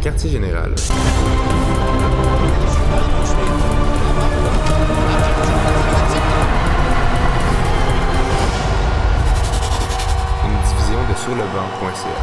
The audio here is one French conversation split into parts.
quartier général. Une diffusion de surlebanc.ca.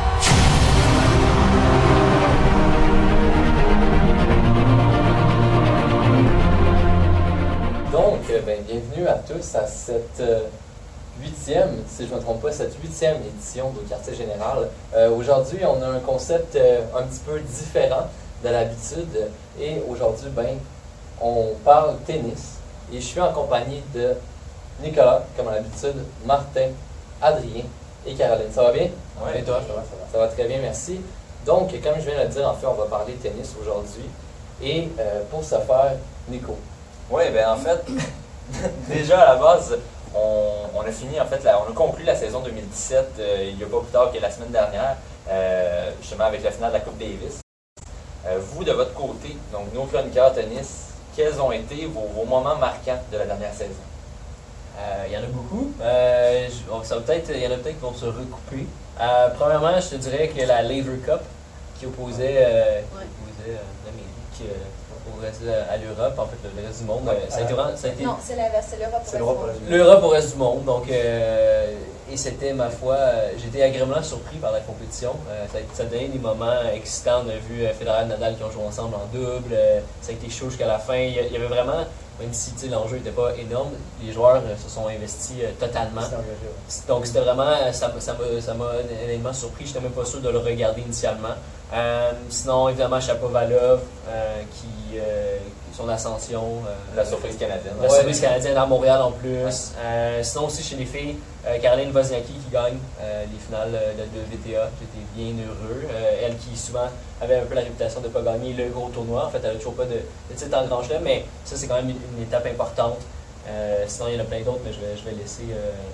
Donc, bienvenue à tous à cette huitième, si je ne me trompe pas, cette huitième édition du Quartier Général. Aujourd'hui, on a un concept un petit peu différent de l'habitude. Et aujourd'hui, on parle tennis. Et je suis en compagnie de Nicolas, comme à l'habitude, Martin, Adrien et Caroline. Ça va bien? Oui. Et toi? Ça va très bien, merci. Donc, comme je viens de le dire, en fait, on va parler tennis aujourd'hui. Et pour ce faire, Nico. Oui, en fait, déjà à la base, on a fini, en fait, on a conclu la saison 2017 il n'y a pas plus tard que la semaine dernière, justement avec la finale de la Coupe Davis. Vous, de votre côté, donc nos chroniqueurs tennis, quels ont été vos moments marquants de la dernière saison? Il y en a beaucoup. Il y en a peut-être qui vont se recouper. Premièrement, je te dirais que la Laver Cup qui opposait l'Amérique au reste à l'Europe, en fait, le reste du monde. Ça a été Non, c'est l'inverse, c'est l'Europe au reste du monde. l'Europe au reste du monde. Donc, et c'était, ma foi, j'étais agréablement surpris par la compétition. Ça donnait des moments excitants. On a vu Federer et Nadal qui ont joué ensemble en double. Ça a été chaud jusqu'à la fin. Il y avait vraiment, même si l'enjeu n'était pas énorme, les joueurs se sont investis totalement. Donc c'était vraiment, ça m'a énormément surpris. Je n'étais même pas sûr de le regarder initialement. Sinon, évidemment, Shapovalov, qui son ascension. La surprise canadienne. La surprise canadienne à Montréal en plus. Sinon aussi chez les filles, Caroline Wozniacki qui gagne les finales de VTA. J'étais bien heureux. Elle qui souvent avait un peu la réputation de ne pas gagner le gros tournoi. En fait, elle n'a toujours pas de titre en Grand Chelem, mais ça c'est quand même une étape importante. Sinon, il y en a plein d'autres, mais je vais laisser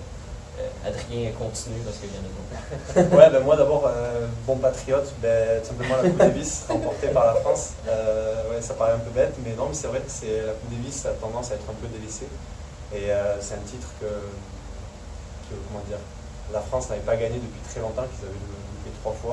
Adrien continuer parce qu'il y en a d'autres. Ouais, moi d'abord, bon patriote, tout simplement la Coupe Davis remportée par la France. Ça paraît un peu bête, mais non, mais c'est vrai que la Coupe Davis a tendance à être un peu délaissée. Et c'est un titre que comment dire, la France n'avait pas gagné depuis très longtemps, qu'ils avaient loupé 3 fois.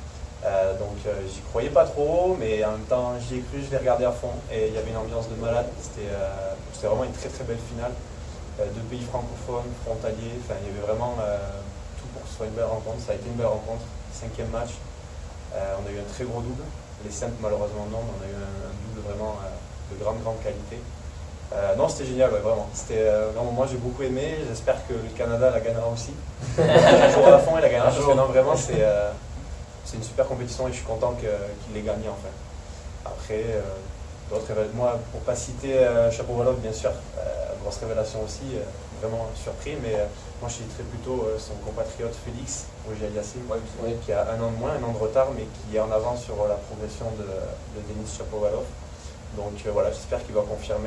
Donc j'y croyais pas trop, mais en même temps j'y ai cru, je l'ai regardé à fond et il y avait une ambiance de malade. C'était vraiment une très très belle finale. 2 pays francophones, frontaliers, il y avait vraiment tout pour que ce soit une belle rencontre. Ça a été une belle rencontre, 5e match. On a eu un très gros double, les simples malheureusement non, mais on a eu un double vraiment de grande qualité. Non, c'était génial, vraiment. Moi j'ai beaucoup aimé, j'espère que le Canada la gagnera aussi. Un jour à la fin il la gagnera, parce que non, vraiment c'est une super compétition et je suis content qu'il l'ait gagné enfin. Après, d'autres événements, pour ne pas citer Shapovalov bien sûr, grosse révélation aussi, vraiment surpris, mais moi je citerais plutôt son compatriote Félix Auger-Aliassime, qui a un an de moins, un an de retard, mais qui est en avant sur la progression de Denis Shapovalov. Donc voilà, j'espère qu'il va confirmer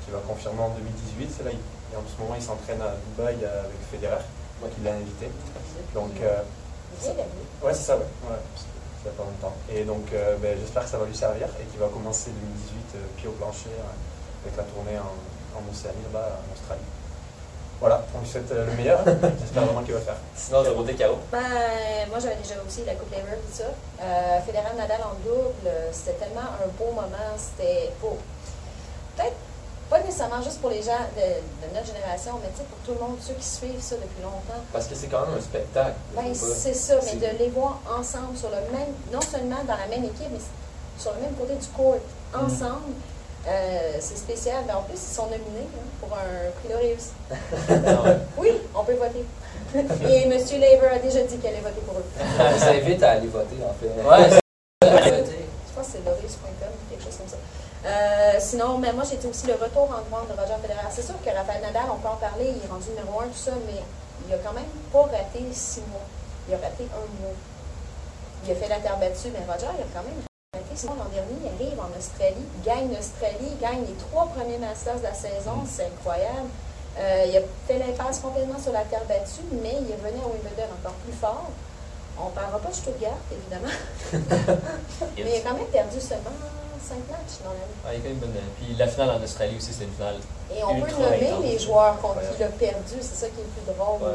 en 2018. C'est là, en ce moment il s'entraîne à Dubaï avec Federer, qui l'a invité. Donc ouais, c'est ça, ouais. Il n'y a pas longtemps. Et donc j'espère que ça va lui servir et qu'il va commencer 2018 pied au plancher avec la tournée en Océanie, là-bas, en Australie. Voilà, on lui souhaite le meilleur. J'espère vraiment qu'il va le faire. Sinon, de côté Caro? Moi, j'avais déjà aussi la Coupe Laver, tout ça. Federer Nadal en double, c'était tellement un beau moment. C'était beau. Peut-être pas nécessairement juste pour les gens de notre génération, mais pour tout le monde, ceux qui suivent ça depuis longtemps. Parce que c'est quand même un spectacle. C'est ça, mais de les voir ensemble sur le même, non seulement dans la même équipe, mais sur le même côté du court, ensemble. C'est spécial, mais en plus ils sont nominés pour un prix de réussite. Oui, on peut voter. Et M. Laver a déjà dit qu'elle allait voter pour eux. On vous invite à aller voter en fait. Je pense que c'est loris.com, quelque chose comme ça. Sinon, mais moi j'ai été aussi le retour en demande de Roger Federer. C'est sûr que Rafael Nadal, on peut en parler, il est rendu numéro 1, tout ça, mais il a quand même pas raté 6 mois. Il a raté 1 mois. Il a fait la terre battue, mais Roger, il a quand même sinon, l'an dernier, il arrive en Australie, il gagne l'Australie, il gagne les 3 premiers Masters de la saison, c'est incroyable. Il a fait l'impasse complètement sur la terre battue, mais il est venu à Wimbledon encore plus fort. On ne parlera pas de Stuttgart, évidemment. Mais il a quand même perdu seulement 5 matchs dans l'année. Il a quand même bonne. Puis la finale en Australie aussi, c'est une finale. Et on peut nommer les joueurs contre qui il a perdu, c'est ça qui est le plus drôle.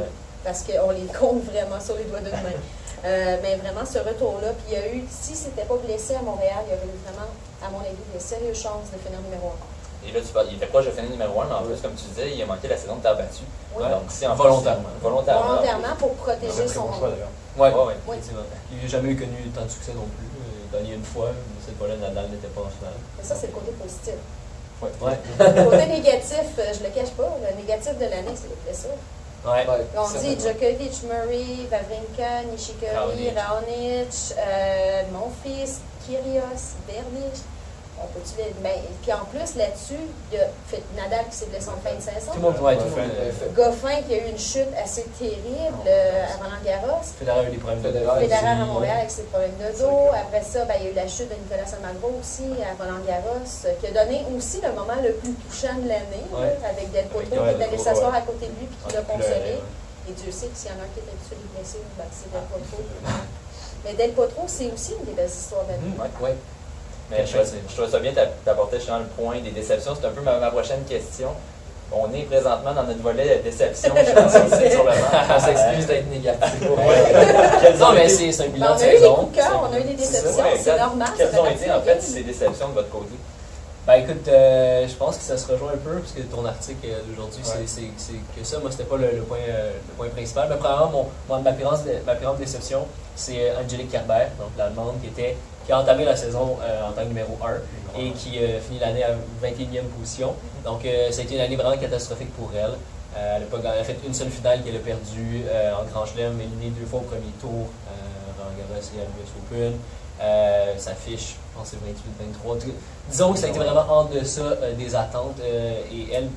parce qu'on les compte vraiment sur les doigts d'une main. Mais vraiment, ce retour-là, puis il y a eu, si c'était pas blessé à Montréal, il y aurait eu vraiment, à mon avis, des sérieuses chances de finir numéro 1. Et là, il était proche de finir numéro 1, mais en plus, comme tu disais, il a manqué la saison de terre battue. Oui. Donc, si en Volontairement. Volontairement pour C'est protéger un très son bon choix d'ailleurs. Ouais, Ouais. effectivement. Il n'a jamais connu tant de succès non plus. Il a gagné une fois, mais cette fois-là, Nadal n'était pas en finale. Mais ça, c'est le côté positif. Ouais. Le côté négatif, je le cache pas, le négatif de l'année, c'est les blessures. Ouais. On dit Djokovic, Murray, Wawrinka, Nishikori, Raonic, mon fils, Kyrgios, Berdych. On peut-tu les... puis en plus, là-dessus, il y a Nadal qui s'est blessé en fin de saison. Tout le monde, ouais, tout le monde. Goffin qui a eu une chute assez terrible à Roland-Garros. Federer a eu des problèmes de dos. Federer à Montréal avec ses problèmes de dos. Après ça, il y a eu la chute de Nicolas Almagro aussi à Roland-Garros, qui a donné aussi le moment le plus touchant de l'année, Ouais. avec Del Potro qui est allé s'asseoir à côté de lui et qui l'a consolé. Et Dieu sait que s'il y en a un qui est habitué de blesser, c'est Del Potro. Mais Del Potro, c'est aussi une des belles histoires d'année. Ouais. Mais je trouve ça bien d'apporter justement le point des déceptions. C'est un peu ma prochaine question. On est présentement dans notre volet déception, je pense, sur le banc. On s'excuse d'être négatif. Non, mais c'est un bilan On de a eu des saison. coups de cœur, on a eu des déceptions, c'est normal. Quelles ont été en fait c'est ces déceptions de votre côté? Ben écoute, je pense que ça se rejoint un peu, parce que ton article d'aujourd'hui, Ouais. c'est que ça, moi, c'était pas le point principal. Mais premièrement, ma plus grande déception, c'est Angelique Kerber, donc l'Allemande, qui a entamé la saison en tant que numéro 1 et qui finit l'année à 21e position. Donc, ça a été une année vraiment catastrophique pour elle. Elle a fait une seule finale qu'elle a perdue en Grand Chelem, éliminée 2 fois au premier tour, Roland-Garros et à l'US Open. Sa fiche, je pense que c'est 28-23. Disons que ça a été vraiment en deçà des attentes. Et elle,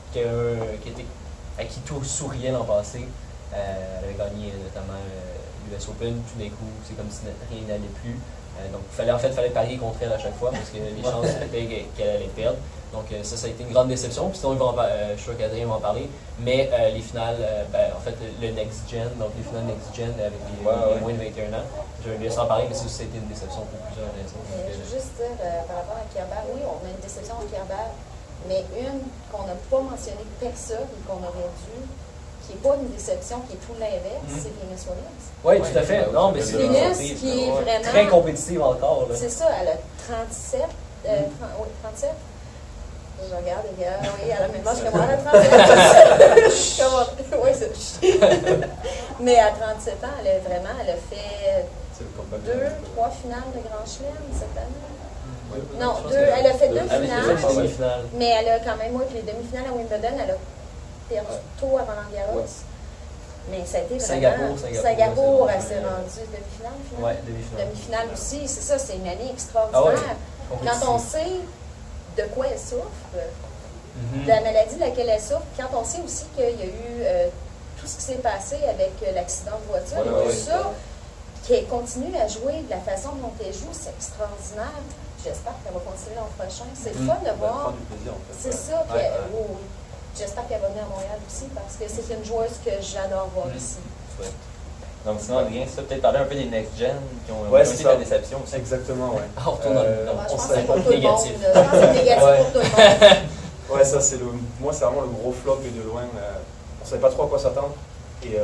à qui tout souriait l'an passé, elle avait gagné notamment l'US Open. Tout d'un coup, c'est comme si rien n'allait plus. Donc, il fallait parier contre elle à chaque fois parce que les chances étaient qu'elle allait perdre. Donc, ça a été une grande déception. Puis sinon, je suis sûr qu'Adrien va en parler. Mais les finales, en fait, le Next Gen, donc les finales Next Gen avec les moins de 21 ans, je vais laisser en parler, mais ça a été une déception pour plusieurs raisons. Je veux juste dire, par rapport à Kerber, oui, on a une déception en Kerber, mais une qu'on n'a pas mentionnée personne et qu'on aurait dû, qui n'est pas une déception, qui est tout l'inverse, c'est Venus Williams. Oui, tout à fait. Non, mais c'est Venus qui est vraiment... très compétitive encore. C'est ça, elle a 37. 37. Je regarde, les gars, oui, elle a le même âge que moi, elle a 37. Oui, c'est mais à 37 ans, elle a fait 2-3 finales de Grand Chelem cette année. Non, elle a fait 2 finales, mais elle a quand même, puis les demi-finales à Wimbledon, elle a perdu tôt à Roland-Garros. Mais ça a été vraiment... Singapour, elle s'est rendue demi-finale, finalement. Oui, demi-finale. Demi-finale aussi, c'est ça, c'est une année extraordinaire. Quand on sait de quoi elle souffre, de la maladie de laquelle elle souffre, quand on sait aussi qu'il y a eu tout ce qui s'est passé avec l'accident de voiture et tout ça, qu'elle continue à jouer de la façon dont elle joue, c'est extraordinaire. J'espère qu'elle va continuer l'an prochain. C'est le fun de voir. C'est ça. J'espère qu'elle va venir à Montréal aussi parce que c'est une joueuse que j'adore voir ici. Donc sinon, Adrien, ça peut-être parler un peu des Next Gen qui ont été ça. la déception aussi. Exactement, ouais. On retourne dans le Je pense que savait c'est pas pour tout le monde. négatif. Je pense que c'est négatif pour tout le monde. Ouais, ça c'est moi c'est vraiment le gros flop et de loin. On savait pas trop à quoi s'attendre. Et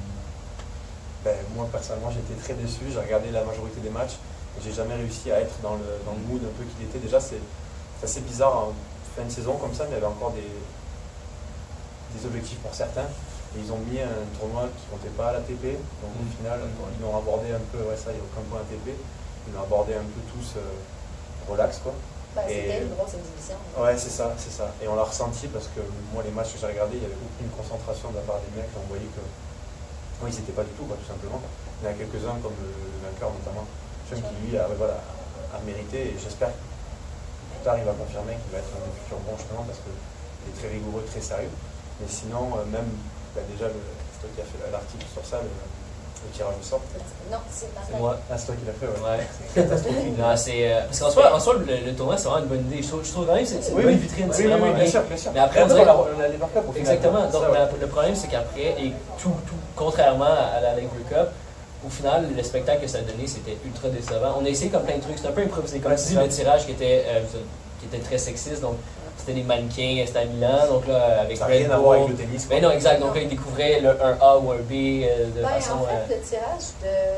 moi personnellement j'étais très déçu. J'ai regardé la majorité des matchs et j'ai jamais réussi à être dans le mood un peu qu'il était. Déjà c'est assez bizarre en fin de saison comme ça, mais il y avait encore des objectifs pour certains. Et ils ont mis un tournoi qui ne comptait pas à l'ATP. Donc au final, ils l'ont abordé un peu, ça, il n'y a aucun point ATP. Ils l'ont abordé un peu tous relax, quoi. C'était une grosse exhibition. Ouais, c'est ça. Et on l'a ressenti parce que moi, les matchs que j'ai regardés, il n'y avait aucune concentration de la part des mecs. On voyait que. Oui, ils n'étaient pas du tout, quoi, tout simplement. Il y en a quelques-uns, comme le vainqueur notamment, qui lui a mérité. Et j'espère que plus tard, il va confirmer qu'il va être un futur bon, justement, parce qu'il est très rigoureux, très sérieux. Mais sinon, même, déjà, c'est toi qui as fait l'article sur ça, le tirage au sort. Non, c'est pas ça. moi. Ah, c'est toi qui l'as fait, ouais. Ouais. Non, parce qu'en soi, le tournoi, c'est vraiment une bonne idée. Je trouve quand même que c'est une bonne vitrine. C'est vraiment bien bien. sûr, bien sûr. Mais après, on on dirait... a les marqueurs pour finir. Exactement. Donc, Ça, ouais. le problème, c'est qu'après, et tout, contrairement à la Laver Cup, au final, le spectacle que ça a donné, c'était ultra décevant. On a essayé comme plein de trucs. C'était un peu improvisé. Comme tu dis, le tirage qui était très sexiste. Donc, c'était des mannequins, c'était à Milan, donc là, avec Ça n'a rien à voir avec le tennis. Mais non, exact, donc là, ils découvraient un A ou un B de Ben, façon... en fait, le tirage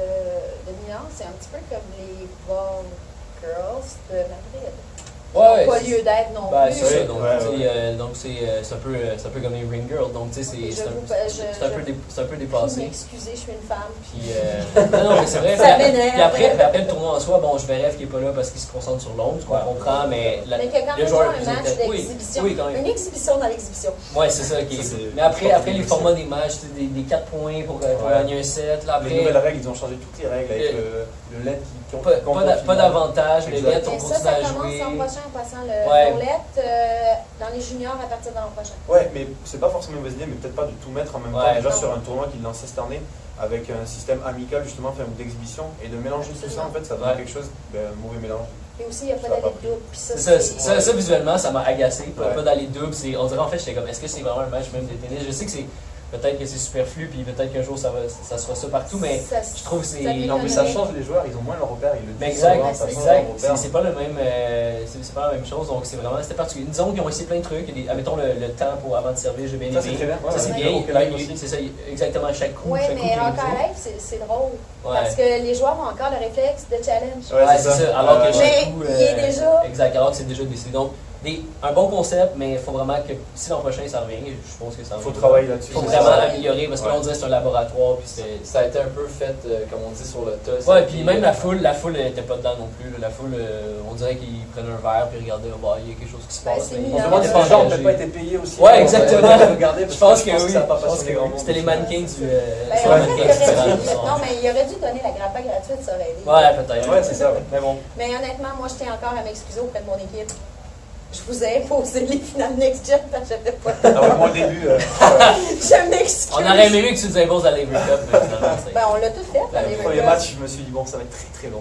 de Milan, c'est un petit peu comme les Ball Girls de Madrid. Ouais, Pas c'est- lieu d'être non Ben, plus. c'est ça, donc Ouais, tu sais, donc c'est un peu comme les Ring Girls, donc tu sais, Ok, c'est un, j'avoue, c'est un peu c'est un peu Vous dépassé. m'excusez, je suis une femme. Puis, non, mais c'est vrai. Ça Puis m'énerve. après le tournoi en soi, bon, je verrai qui est pas là parce qu'il se concentre sur l'ombre, ce qu'on comprend, mais Mais qu'il y a quand le même joueur un le plus match intéressant- oui, d'exhibition. oui, quand même. Une exhibition dans l'exhibition. Ouais, c'est ça. Qui Ça, c'est- mais après c'est les pas formats des matchs, tu sais, des 4 points pour Ouais. gagner un set, là, Les après. nouvelles règles, ils ont changé toutes les règles avec le LED qui Pas d'avantage, les Exact. lettres, on Mais ça, continue ça à commence jouer. l'an prochain en passant le Ouais. roulette dans les juniors à partir de l'an prochain. Ouais, mais c'est pas forcément une mauvaise idée, mais peut-être pas de tout mettre en même Ouais. temps. Déjà Non. sur un tournoi qu'ils lançaient cette année, avec un système amical justement, enfin, ou d'exhibition, et de mélanger tout ça, en fait, ça donne Ouais. quelque chose, un mauvais mélange. Et aussi, il n'y a pas Ça va d'aller pas de double. Puis ça, Ça, visuellement, ça m'a agacé. Ouais. Pas d'aller double. On dirait en fait, j'étais comme, est-ce que c'est vraiment un match même de tennis? Je sais que c'est. Peut-être que c'est superflu, puis peut-être qu'un jour ça sera ça partout, mais je trouve que c'est. Non, mais ça change les joueurs, ils ont moins leur repère, ils le Mais disent exact, souvent, ça change exact. leur repère. C'est pas le même, c'est pas la même chose, donc c'était particulier. Disons qu'ils ont essayé plein de trucs. Mettons le temps avant de servir, j'ai bien aimé. Ça, c'est très bien. Ça, c'est Ouais. bien. Au live aussi. C'est ça, exactement chaque coup. Oui, chaque coup mais qu'il encore utilisé. à live, c'est drôle. Ouais. Parce que les joueurs ont encore le réflexe de challenge. Ouais, Ouais, c'est ça. Alors que Ouais. chaque Mais coup. il est déjà. Exact, alors que c'est déjà décidé. Donc, un bon concept, mais il faut vraiment que si l'an prochain ça revient, je pense que ça Il faut revient. travailler là-dessus. Il faut Ouais. vraiment améliorer parce que là Ouais. on dirait que c'est un laboratoire. Puis c'était. Ça a été un peu fait, comme on dit, sur le tas. Ouais, puis même la foule était pas dedans non plus. Là. La foule, on dirait qu'ils prenaient un verre puis regardaient, oh, il y a quelque chose qui se Ben, passe. c'est mais Milan. On se ils demande étaient si les gens ont engagés. peut-être pas été payés aussi. Ouais, exactement. Regarder, Je pense que oui. ça a pas Je pense passionné que grand oui. monde. C'était les mannequins du. Ben, sur en le fait, mannequin du tirage au non, sort. mais il aurait dû donner la grappa gratuite, ça aurait aidé. Ouais, peut-être. Ouais, c'est ça. Ouais. Mais bon. Mais honnêtement, moi, je tiens encore à m'excuser auprès de mon équipe. Je vous ai imposé les finales Next Gen parce que j'avais pas le temps. Ah ouais, moi au début, Je m'excuse. On aurait aimé mieux que tu nous imposes à la Lever Cup, mais finalement, c'est. Ben, on l'a tout fait. Ben, dans les le premier World match, je me suis dit, bon, ça va être très très long.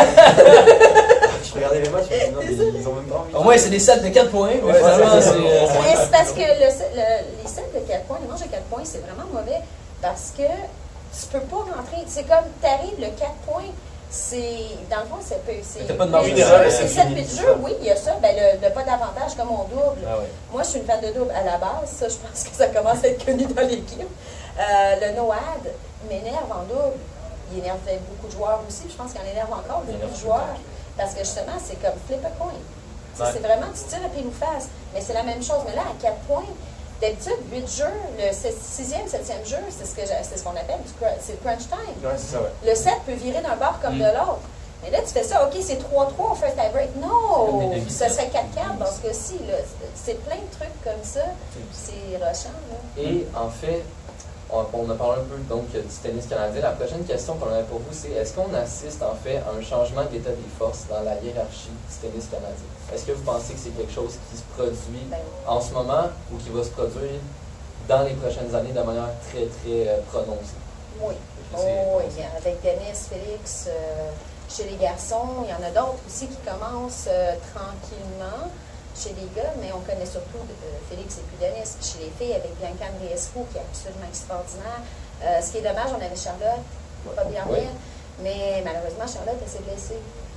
Je regardais les matchs, je me suis dit, non, mais ils ont même pas envie. Au moins, c'est des sets de 4 points, mais Ouais, finalement, c'est ça. Mais c'est parce que les sets de 4 points, les manches de 4 points, c'est vraiment mauvais. Parce que tu peux pas rentrer. C'est comme, t'arrives le 4 points, c'est. Dans le fond, c'est. T'as pas de marge de erreur, c'est C'est 7 fini, buts de c'est jeu, ça. oui, il y a ça. Ben, le pas d'avantage comme on double. Ah ouais. Moi, je suis une fan de double à la base. Ça, je pense que ça commence à être connu dans l'équipe. Le no-ad m'énerve en double. Il énervait beaucoup de joueurs aussi. Puis je pense qu'il en énerve encore Il beaucoup énerve de tout le joueurs. Parce que justement, c'est comme flip a coin. Tu sais, Ouais. C'est vraiment, tu tires et puis nous face. Mais c'est la même chose. Mais là, à 4 points, d'habitude, 8 jeux, le 6e, 7e jeu, c'est ce qu'on appelle c'est le crunch time. Ouais, c'est ça, ouais. Le 7 peut virer d'un bord comme de l'autre. Mais là, tu fais ça, OK, c'est 3-3, on fait un tie-break. C'est Non! comme des Ça serait 4-4 dans ce cas-ci. là. C'est plein de trucs comme ça. C'est rushant, là. Et en fait, on a parlé un peu donc du tennis canadien. La prochaine question qu'on avait pour vous, c'est est-ce qu'on assiste en fait à un changement de l'état des forces dans la hiérarchie du tennis canadien? Est-ce que vous pensez que c'est quelque chose qui se produit Ben, en ce moment ou qui va se produire dans les prochaines années de manière très, très prononcée? oui. Je sais. Oh, oui. Avec Denis, Félix, chez les garçons, il y en a d'autres aussi qui commencent tranquillement chez les gars, mais on connaît surtout Félix et puis Denis. Chez les filles, avec Bianca Andreescu, qui est absolument extraordinaire. Ce qui est dommage, on avait Charlotte, pas bien Oui. mais malheureusement, Charlotte, elle s'est blessée.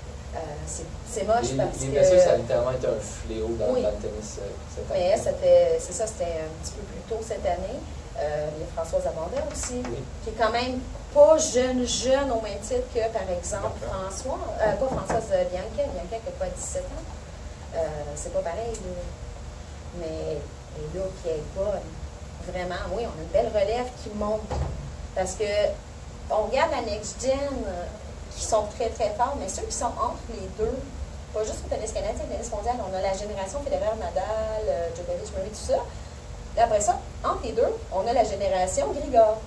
C'est moche parce Les que... blessures, ça a littéralement été un fléau dans, Oui. dans le tennis cette Mais année. elle, c'était un petit peu plus tôt cette année. Il y a Françoise Abondin aussi, Oui. qui est quand même pas jeune au même titre que, par exemple, François. Pas Françoise, Bianca qui n'a pas 17 ans. C'est pas pareil, là. Mais là, qui est bonne. Vraiment, oui, on a une belle relève qui monte. Parce que on regarde la Next Gen qui sont très, très forts, mais ceux qui sont entre les deux, pas juste le tennis canadien, le tennis mondial, on a la génération Federer, Nadal, Djokovic, Murray, tout ça. Et après ça, entre les deux, on a la génération Grigor.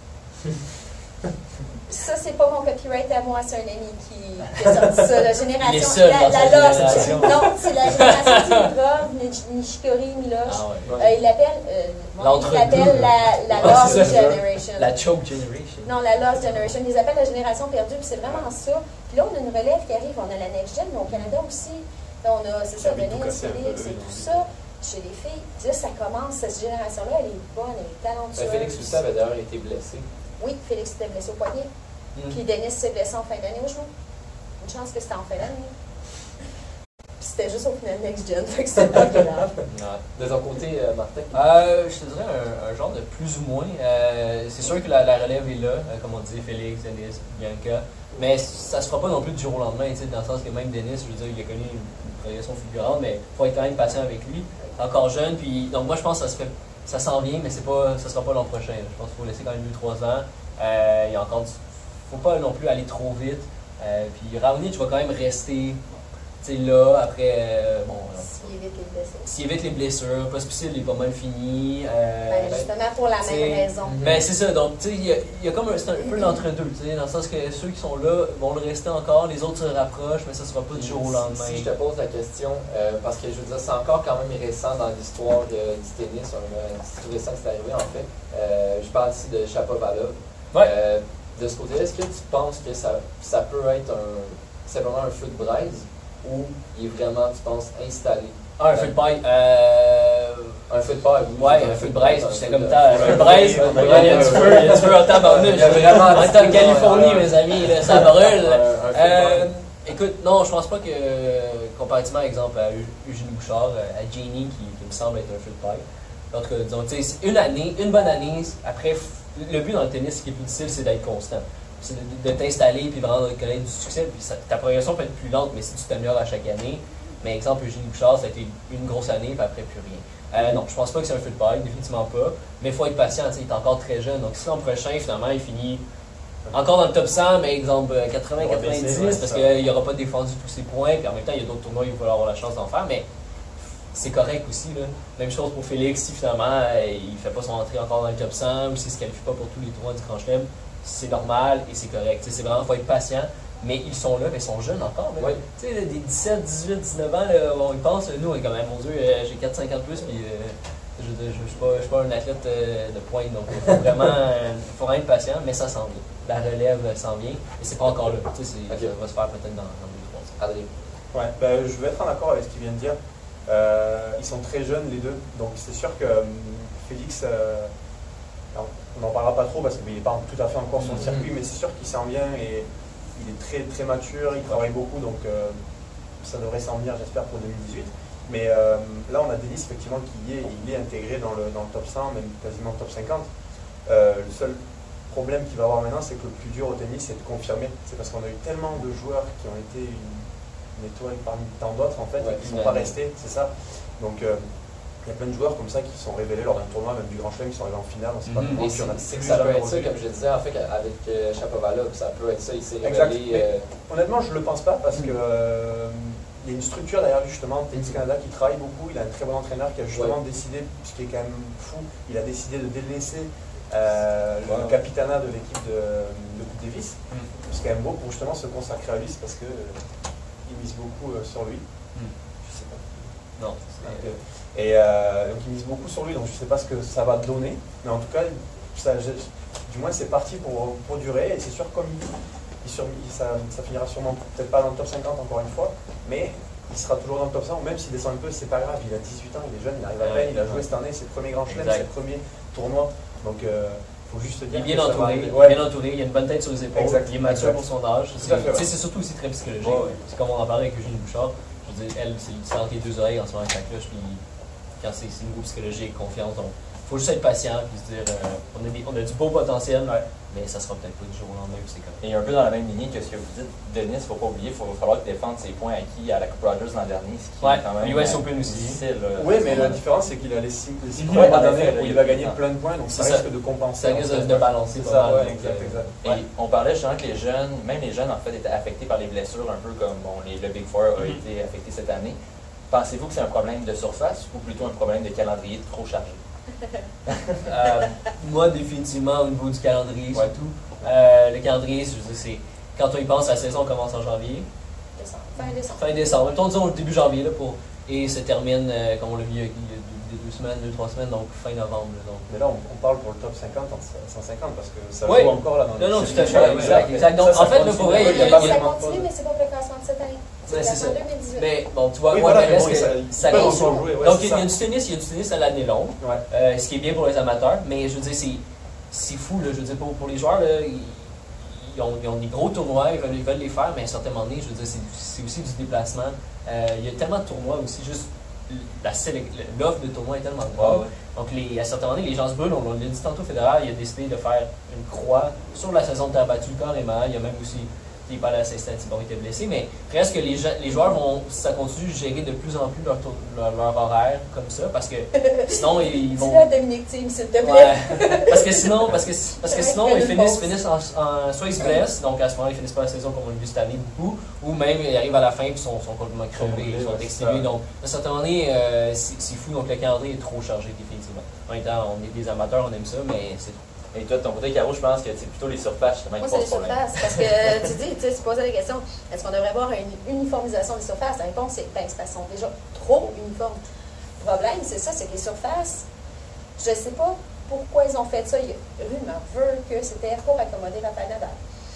Ça, c'est pas mon copyright à moi, c'est un ami qui a sorti ça. La génération. Il est seul dans sa Lost. génération. Non, c'est la génération Dimitrov, Nishikori, Milosh. Ah ouais. Il l'appelle L'entre-deux. la Ah, Lost c'est ça. Generation. La Choke Generation. Non, la Lost Generation. Ils appellent la génération perdue, puis c'est vraiment ça. Puis là, on a une relève qui arrive. On a la Next Gen, mais au Canada aussi. Là, on a, c'est ça, Qui a tout Denis, cassé un Félix peu, et ils tout ont dit. ça. Chez les filles, là, ça commence. Cette génération-là, elle est bonne, elle est talentueuse. Félix aussi avait d'ailleurs été blessé. Oui, Félix était blessé au poignet. Puis Denis s'est blessé en fin d'année au genou. Une chance que c'était en fin d'année. Puis c'était juste au final next-gen, fait que c'était pas grave. De ton côté, Martin? Je te dirais un genre de plus ou moins. C'est sûr que la relève est là, comme on dit, Félix, Denis, Bianca. Mais ça se fera pas non plus du jour au lendemain, dans le sens que même Denis, je veux dire, il a connu une progression fulgurante, mais il faut être quand même patient avec lui. Encore jeune, puis donc moi je pense que ça s'en vient, mais ça sera pas l'an prochain. Je pense qu'il faut laisser quand même 2-3 ans. Il y a encore faut pas non plus aller trop vite. Puis Raonic va quand même rester là après. S'il évite les blessures, Pospisil est pas mal fini. Justement pour la même raison. Ben c'est ça, donc tu sais, il y a comme c'est un peu l'entre-deux, dans le sens que ceux qui sont là vont le rester encore, les autres se rapprochent, mais ça sera pas du jour au lendemain. Si je te pose la question, parce que je veux dire, c'est encore quand même récent dans l'histoire du tennis, c'est tout récent que c'est arrivé en fait. Je parle ici de Shapovalov. Ouais. De ce côté-là, est-ce que tu penses que ça peut être simplement un feu de braise ou il est vraiment, tu penses, installé? Un feu de paille. Un feu de paille, oui. Ouais, un feu de braise, c'est comme ça. Un feu de braise, il y a du feu en tabarnouche. Il y a vraiment on est en Californie, mes amis, là, ça brûle. Écoute, non, je pense pas que, comparativement, exemple, à Eugénie Bouchard, à Janie, qui me semble être un feu de paille. En tout cas, disons, tu sais, une bonne année, après, le but dans le tennis, ce qui est plus difficile, c'est d'être constant. C'est de t'installer puis vraiment de connaître du succès. Puis ta progression peut être plus lente, mais si tu t'améliores à chaque année, mais exemple, Eugénie Bouchard, ça a été une grosse année, puis après, plus rien. Non, je pense pas que c'est un feu de paille, définitivement pas. Mais il faut être patient, il est encore très jeune. Donc, si l'an prochain, finalement, il finit encore dans le top 100, mais exemple 80-90, parce qu'il n'aura pas défendu tous ses points, puis en même temps, il y a d'autres tournois où il va avoir la chance d'en faire, mais c'est correct aussi. Là. Même chose pour Félix, si finalement, il ne fait pas son entrée encore dans le top 100, ou s'il ne se qualifie pas pour tous les tournois du Grand Chelem, c'est normal et c'est correct. C'est vraiment, il faut être patient. Mais ils sont là, mais ils sont jeunes encore. Oui. Tu sais, des 17, 18, 19 ans, là, on y pense, nous, on est quand même, mon Dieu, j'ai 4-5 ans de plus, puis je suis pas un athlète de pointe, donc il faut vraiment être patient, mais ça s'en vient. La relève s'en vient, et c'est pas encore là. Tu sais, ça va se faire peut-être dans 2-3 ans. Adrien. Ouais, je vais être en accord avec ce qu'il vient de dire. Ils sont très jeunes, les deux, donc c'est sûr que Félix, on n'en parlera pas trop parce qu'il n'est pas tout à fait encore sur le circuit, mais c'est sûr qu'il s'en vient et il est très, très mature, il travaille beaucoup, donc ça devrait s'en venir, j'espère, pour 2018. Mais là, on a Denis, effectivement, il est intégré dans le top 100, même quasiment top 50. Le seul problème qu'il va avoir maintenant, c'est que le plus dur au tennis, c'est de confirmer. C'est parce qu'on a eu tellement de joueurs qui ont été une étoile parmi tant d'autres, en fait, et qui ne sont pas restés, c'est ça. Donc, il y a plein de joueurs comme ça qui sont révélés lors d'un tournoi, même du Grand Chelem, qui sont arrivés en finale, on ne sait pas comment. Et ça peut être ça, comme je disais, en fait, avec Shapovalov, ça peut être ça, il s'est révélé. Honnêtement, je ne le pense pas, parce que il y a une structure derrière lui, justement, Tennis Canada, qui travaille beaucoup. Il a un très bon entraîneur qui a justement décidé, ce qui est quand même fou, il a décidé de délaisser le capitanat de l'équipe de Coupe Davis. C'est quand même beau pour justement se consacrer à lui, c'est parce que il mise beaucoup sur lui. Je sais pas. Non. Et donc il mise beaucoup sur lui, donc je ne sais pas ce que ça va donner, mais en tout cas, du moins c'est parti pour durer, et c'est sûr comme ça finira sûrement peut-être pas dans le top 50 encore une fois, mais il sera toujours dans le top 100, même s'il descend un peu, c'est pas grave, il a 18 ans, il est jeune, il arrive à peine, il a joué cette année, c'est le premier Grand Chelem, c'est le premier tournoi, donc faut juste dire il est bien que entouré, il a une bonne tête sur les épaules, il est mature pour son âge. C'est surtout aussi très psychologique. C'est comme on en parlait avec Eugénie Bouchard. Je veux dire, elle, c'est entre les deux oreilles en ce moment avec la cloche, puis quand c'est niveau psychologique, confiance. Donc, il faut juste être patient puis se dire on a du beau potentiel, mais ça sera peut-être pas du jour au lendemain, c'est correct. Et un peu dans la même lignée que ce que vous dites, Denis, il ne faut pas oublier, il va falloir défendre ses points acquis à la Coupe Rogers l'an dernier, ce qui est quand même US Open aussi. difficile. Oui, mais la différence, c'est qu'il a les 6 premières années où il va gagner plein de points, donc ça risque de compenser. Ça risque de balancer pas mal. Exact. Et on parlait justement que les jeunes, même les jeunes en fait, étaient affectés par les blessures, un peu comme le Big Four a été affecté cette année. Pensez-vous que c'est un problème de surface ou plutôt un problème de calendrier trop chargé? Moi, définitivement, au niveau du calendrier, surtout. Le calendrier, je veux dire, c'est quand on y pense, la saison commence en janvier. Fin décembre. Mettons, disons, début janvier, là, et se termine, comme on l'a vu il y a 2-3 semaines, donc fin novembre. Là, donc. Mais là, on parle pour le top 50 en 150 parce que ça joue encore là dans Non, tout à fait. Exact. Donc, en fait, pour vrai, ça continue, mais c'est pas pour le classement de cette année. C'est ça. En 2018. Mais bon, tu vois, ça continue. Donc, il y a du tennis à l'année longue, ce qui est bien pour les amateurs, mais je veux dire, c'est fou, là, je veux dire, pour les joueurs, là, ils ont des gros tournois, ils veulent les faire, mais à un certain moment donné, je veux dire, c'est aussi du déplacement. Il y a tellement de tournois aussi, juste l'offre de tournois est tellement grande. Donc, à un certain moment donné, les gens se brûlent. On l'a dit tantôt, fédéral, il a décidé de faire une croix sur la saison de terre battue carrément. Il y a même aussi des balles à Saint-Stéphane qui ont été blessés, mais reste que les joueurs vont, ça continue de gérer de plus en plus leur horaire comme ça, parce que sinon ils vont. Dis-le à Dominique Thiem, s'il te plaît. Ouais, parce que sinon ils finissent soit ils se blessent, donc à ce moment-là ils finissent pas la saison comme on l'a vu cette année beaucoup, ou même ils arrivent à la fin et sont complètement crevés, ils sont exténués. Donc à un certain moment donné, c'est fou, donc le calendrier est trop chargé définitivement. En même temps, on est des amateurs, on aime ça, mais c'est trop. Et toi, de ton côté, Caro, je pense que c'est plutôt les surfaces justement Moi, qui c'est posent les problème. surfaces. Parce que tu posais la question, est-ce qu'on devrait avoir une uniformisation des surfaces? La réponse est, ben, c'est parce qu'elles sont déjà trop uniformes. Le problème, c'est ça, c'est que les surfaces, je ne sais pas pourquoi ils ont fait ça. Rumeur veut que c'était pour accommoder Rafael Nadal.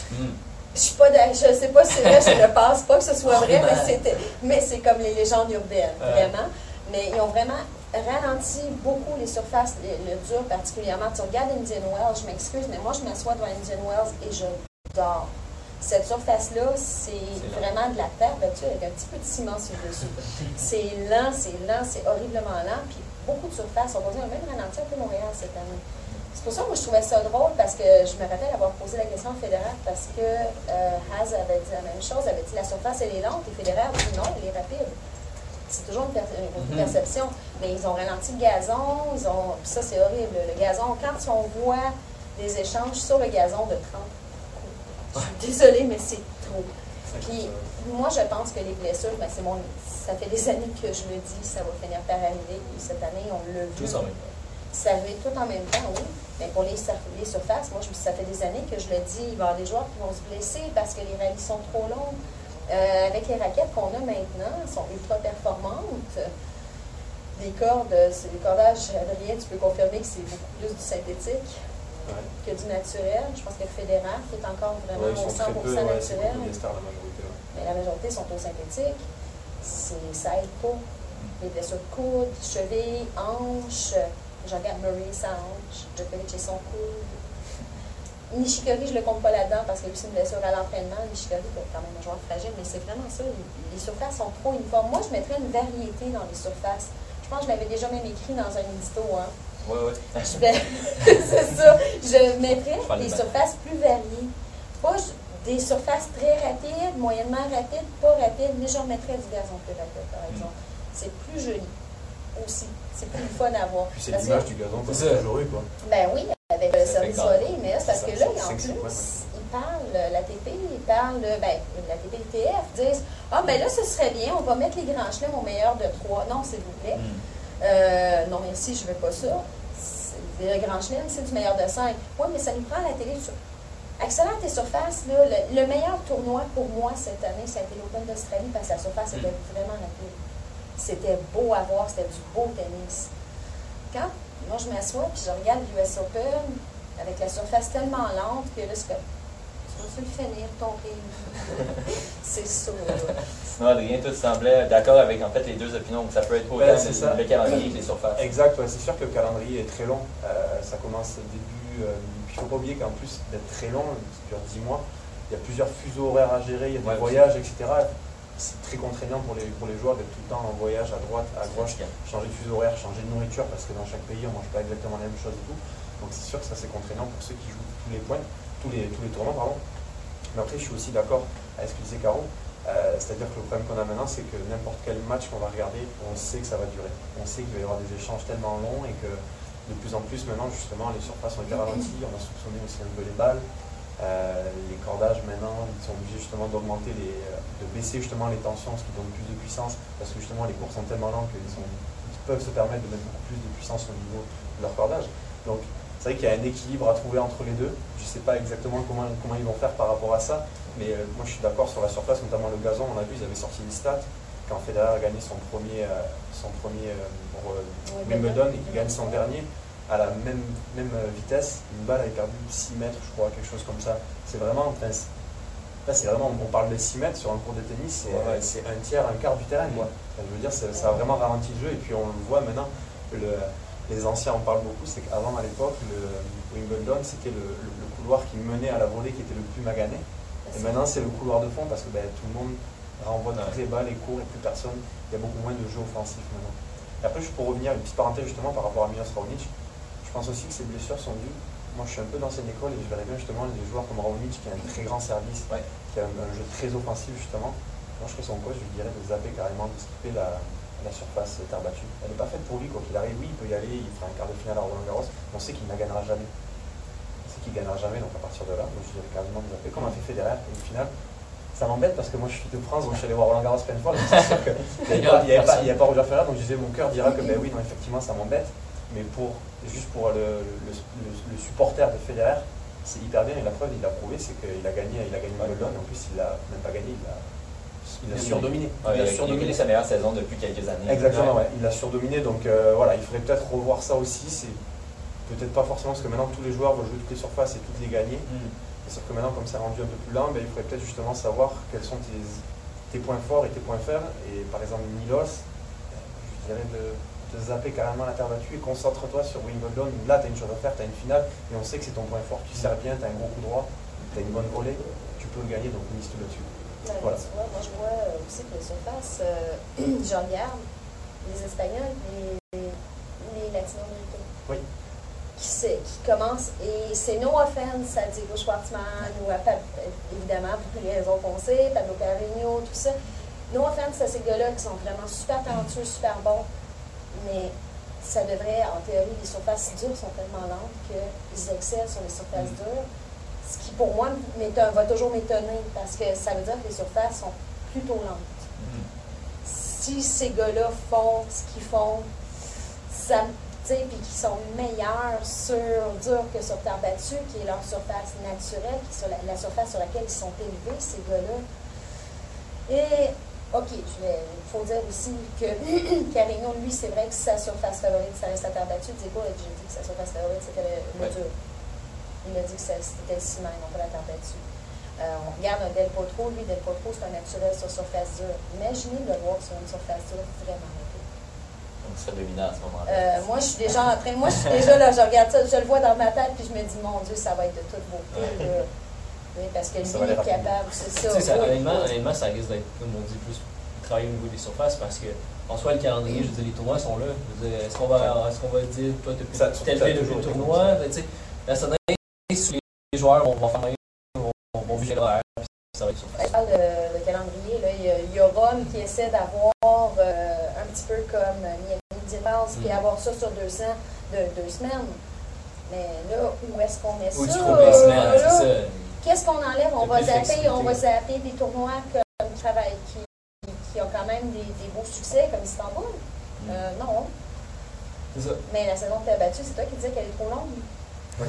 Je sais pas si c'est vrai, je ne pense pas que ce soit vrai, mais c'est comme les légendes urbaines, vraiment. Mais ils ont vraiment ralenti beaucoup les surfaces, le dur particulièrement. Tu regardes Indian Wells, je m'excuse, mais moi je m'assois devant Indian Wells et je dors. Cette surface-là, c'est vraiment de la terre battue avec un petit peu de ciment sur le dessus. C'est lent, c'est horriblement lent. Puis beaucoup de surfaces ont besoin même ralentir un peu Montréal cette année. C'est pour ça que moi je trouvais ça drôle, parce que je me rappelle avoir posé la question au fédéral, parce que Haz avait dit la même chose, avait dit la surface elle est lente, et fédéral dit non, elle est rapide. C'est toujours une perception. Mais ils ont ralenti le gazon, puis ça c'est horrible. Le gazon, quand on voit des échanges sur le gazon de 30, je suis désolée, mais c'est trop. Puis moi je pense que les blessures, ben, ça fait des années que je le dis, ça va finir par arriver. Et cette année, on l'a vu. Tous en même temps. C'est arrivé tout en même temps, oui. Mais pour les surfaces, moi ça fait des années que je le dis, il va y avoir des joueurs qui vont se blesser parce que les rallyes sont trop longues. Avec les raquettes qu'on a maintenant, elles sont ultra performantes. Les cordes, c'est des cordages, Adrien, tu peux confirmer que c'est beaucoup plus du synthétique que du naturel. Je pense que le fédéral qui est encore vraiment au 100% naturel. Mais la majorité sont au synthétique. Ça aide pas. Les blessures de coude, cheville, hanche. Je regarde Murray, sa hanche. Djokovic et son coude. Nishikori, je ne le compte pas là-dedans parce qu'il y a aussi une blessure à l'entraînement. Nishikori est quand même un joueur fragile, mais c'est vraiment ça. Les surfaces sont trop uniformes. Moi, je mettrais une variété dans les surfaces. Je pense que je l'avais déjà même écrit dans un édito. Hein. Oui. C'est ça. Je mettrais des surfaces plus variées. Pas des surfaces très rapides, moyennement rapides, pas rapides, mais je remettrais du gazon plus rapide, par exemple. C'est plus joli aussi. C'est plus fun à voir. Puis c'est l'image du gazon qu'on a toujours eu, quoi. Ben oui, avec le service volé, mais c'est parce que là, en plus, ils parlent, l'ATP, ils parlent, l'ATP et l'ITF disent « Ah, ben là, ce serait bien, on va mettre les grands chelems au meilleur de 3. » Non, s'il vous plaît. Non, merci, je ne veux pas ça. Le grand chelem, c'est du meilleur de 5. Oui, mais ça nous prend la télé. Accélère tes surfaces, là, le meilleur tournoi pour moi cette année, ça a été l'Open d'Australie parce que la surface était vraiment rapide. C'était beau à voir, c'était du beau tennis. Quand moi je m'assois et je regarde l'US Open avec la surface tellement lente que là, c'est comme, tu vas-tu le finir ton rive? C'est ça. Sinon, Adrien, toi, tu semblais d'accord avec en fait les deux opinions. Ça peut être autant le calendrier que les surfaces. Exact, ouais, c'est sûr que le calendrier est très long. Ça commence début. Il ne faut pas oublier qu'en plus d'être très long, ça dure 10 mois, il y a plusieurs fuseaux horaires à gérer, il y a des voyages, etc. C'est très contraignant pour les joueurs d'être tout le temps en voyage à droite, à gauche, changer de fuseau horaire, changer de nourriture parce que dans chaque pays on ne mange pas exactement la même chose et tout. Donc c'est sûr que ça c'est contraignant pour ceux qui jouent tous les points, tous les tournois, pardon. Mais après je suis aussi d'accord avec ce que disait Caro, c'est-à-dire que le problème qu'on a maintenant c'est que n'importe quel match qu'on va regarder, on sait que ça va durer. On sait qu'il va y avoir des échanges tellement longs et que de plus en plus maintenant justement les surfaces ont été ralenties, on a soupçonné aussi un peu les balles. Les cordages maintenant ils sont obligés justement d'augmenter de baisser justement les tensions, ce qui donne plus de puissance parce que justement les cours sont tellement lents qu'ils peuvent se permettre de mettre beaucoup plus de puissance au niveau de leur cordage. Donc c'est vrai qu'il y a un équilibre à trouver entre les deux. Je ne sais pas exactement comment ils vont faire par rapport à ça, mais moi je suis d'accord sur la surface, notamment le gazon. On a vu, ils avaient sorti une stat quand Federer a gagné son premier Wimbledon et qu'il gagne son dernier. À la même vitesse, une balle avait perdu 6 mètres, je crois, quelque chose comme ça. C'est vraiment, on parle de 6 mètres sur un cours de tennis, c'est un tiers, un quart du terrain, quoi. Je veux dire, ça a vraiment ralenti le jeu, et puis on le voit maintenant, les anciens en parlent beaucoup, c'est qu'avant, à l'époque, le Wimbledon, c'était le couloir qui menait à la volée qui était le plus magané. Et maintenant, c'est le couloir de fond parce que tout le monde renvoie toutes les balles et court et plus personne. Il y a beaucoup moins de jeux offensifs maintenant. Et après, juste pour revenir, une petite parenthèse justement par rapport à Milos Raonic, je pense aussi que ces blessures sont dues. Moi, je suis un peu d'ancienne école et je verrais bien justement des joueurs comme Raonic qui a un très grand service, qui a un jeu très offensif justement. Moi, je serais son coach, je lui dirais de zapper carrément, de skipper la surface terre battue. Elle n'est pas faite pour lui, quoi qu'il arrive. Oui, il peut y aller, il fera un quart de finale à Roland Garros, mais on sait qu'il ne la gagnera jamais. Qu'il gagnera jamais, donc à partir de là, je dirais quasiment de zapper, comme a fait Federer, et au final, ça m'embête parce que moi je suis de France, donc je suis allé voir Roland Garros plein de fois, donc c'est sûr qu'il n'y a pas Roger Federer, donc je disais mon cœur dira que oui, non, effectivement ça m'embête, mais juste pour le supporter de Federer, c'est hyper bien, et la preuve, il a prouvé, c'est qu'il a gagné Wimbledon, et en plus il n'a même pas gagné, il a surdominé. Il a surdominé sa meilleure saison depuis quelques années. Exactement, il a surdominé, donc voilà, il faudrait peut-être revoir ça aussi, c'est peut-être pas forcément parce que maintenant tous les joueurs vont jouer toutes les surfaces et toutes les gagner. Sauf que maintenant, comme c'est rendu un peu plus lent, il faudrait peut-être justement savoir quels sont tes points forts et tes points faibles. Et par exemple, Milos, je dirais de zapper carrément la terre battue et concentre-toi sur Wimbledon. Là, tu as une chose à faire, tu as une finale et on sait que c'est ton point fort. Tu sers bien, tu as un gros coup droit, tu as une bonne volée, tu peux gagner, donc mise tout là-dessus. Voilà. Moi, je vois aussi que les surfaces, je regarde les Espagnols, les Latino-Américains. Oui. Qui commence, et c'est no offense à Diego Schwartzman ou à évidemment pour les raisons qu'on sait, Pablo Carreño, tout ça. No offense à ces gars-là qui sont vraiment super talentueux, super bons, mais ça devrait, en théorie, les surfaces dures sont tellement lentes qu'ils excellent sur les surfaces dures, ce qui pour moi va toujours m'étonner parce que ça veut dire que les surfaces sont plutôt lentes. Si ces gars-là font ce qu'ils font, ça puis qui sont meilleurs sur dur que sur terre battue, qui est leur surface naturelle, qui est sur la surface sur laquelle ils sont élevés, ces gars-là. Et, OK, il faut dire aussi que Carreño, lui, c'est vrai que sa surface favorite, ça reste la terre battue. Diego a déjà dit que sa surface favorite, c'était le dur. Il a dit que c'était le ciment, non pas la terre battue. On regarde un Del Potro, lui, Del Potro, c'est un naturel sur surface dure. Imaginez de le voir sur une surface dure vraiment épais. Donc, il serait dominant à ce moment-là. Moi, je suis déjà là, je regarde ça, je le vois dans ma tête, puis je me dis, mon Dieu, ça va être de toute beauté. Oui, parce que lui, il est capable, c'est ça. Honnêtement, ça risque d'être, comme on dit, plus travailler au niveau des surfaces, parce que, en soi, le calendrier, je veux dire, les tournois sont là. Je veux dire, est-ce qu'on va dire, toi, tu as tel fait de jouer le tournoi? La certaine, les joueurs vont faire vont viser l'horaire, ça va être surface. Le calendrier, là, il y a Rome qui essaie d'avoir un petit peu comme Miami Dimanche, puis avoir ça sur 2 semaines. Mais là, où est-ce qu'on met ça? Les semaines, c'est ça. Qu'est-ce qu'on enlève? On va zapper des tournois qui ont quand même des beaux succès, comme Istanbul. Non. C'est ça. Mais la saison que tu as battue, c'est toi qui disais qu'elle est trop longue. Oui.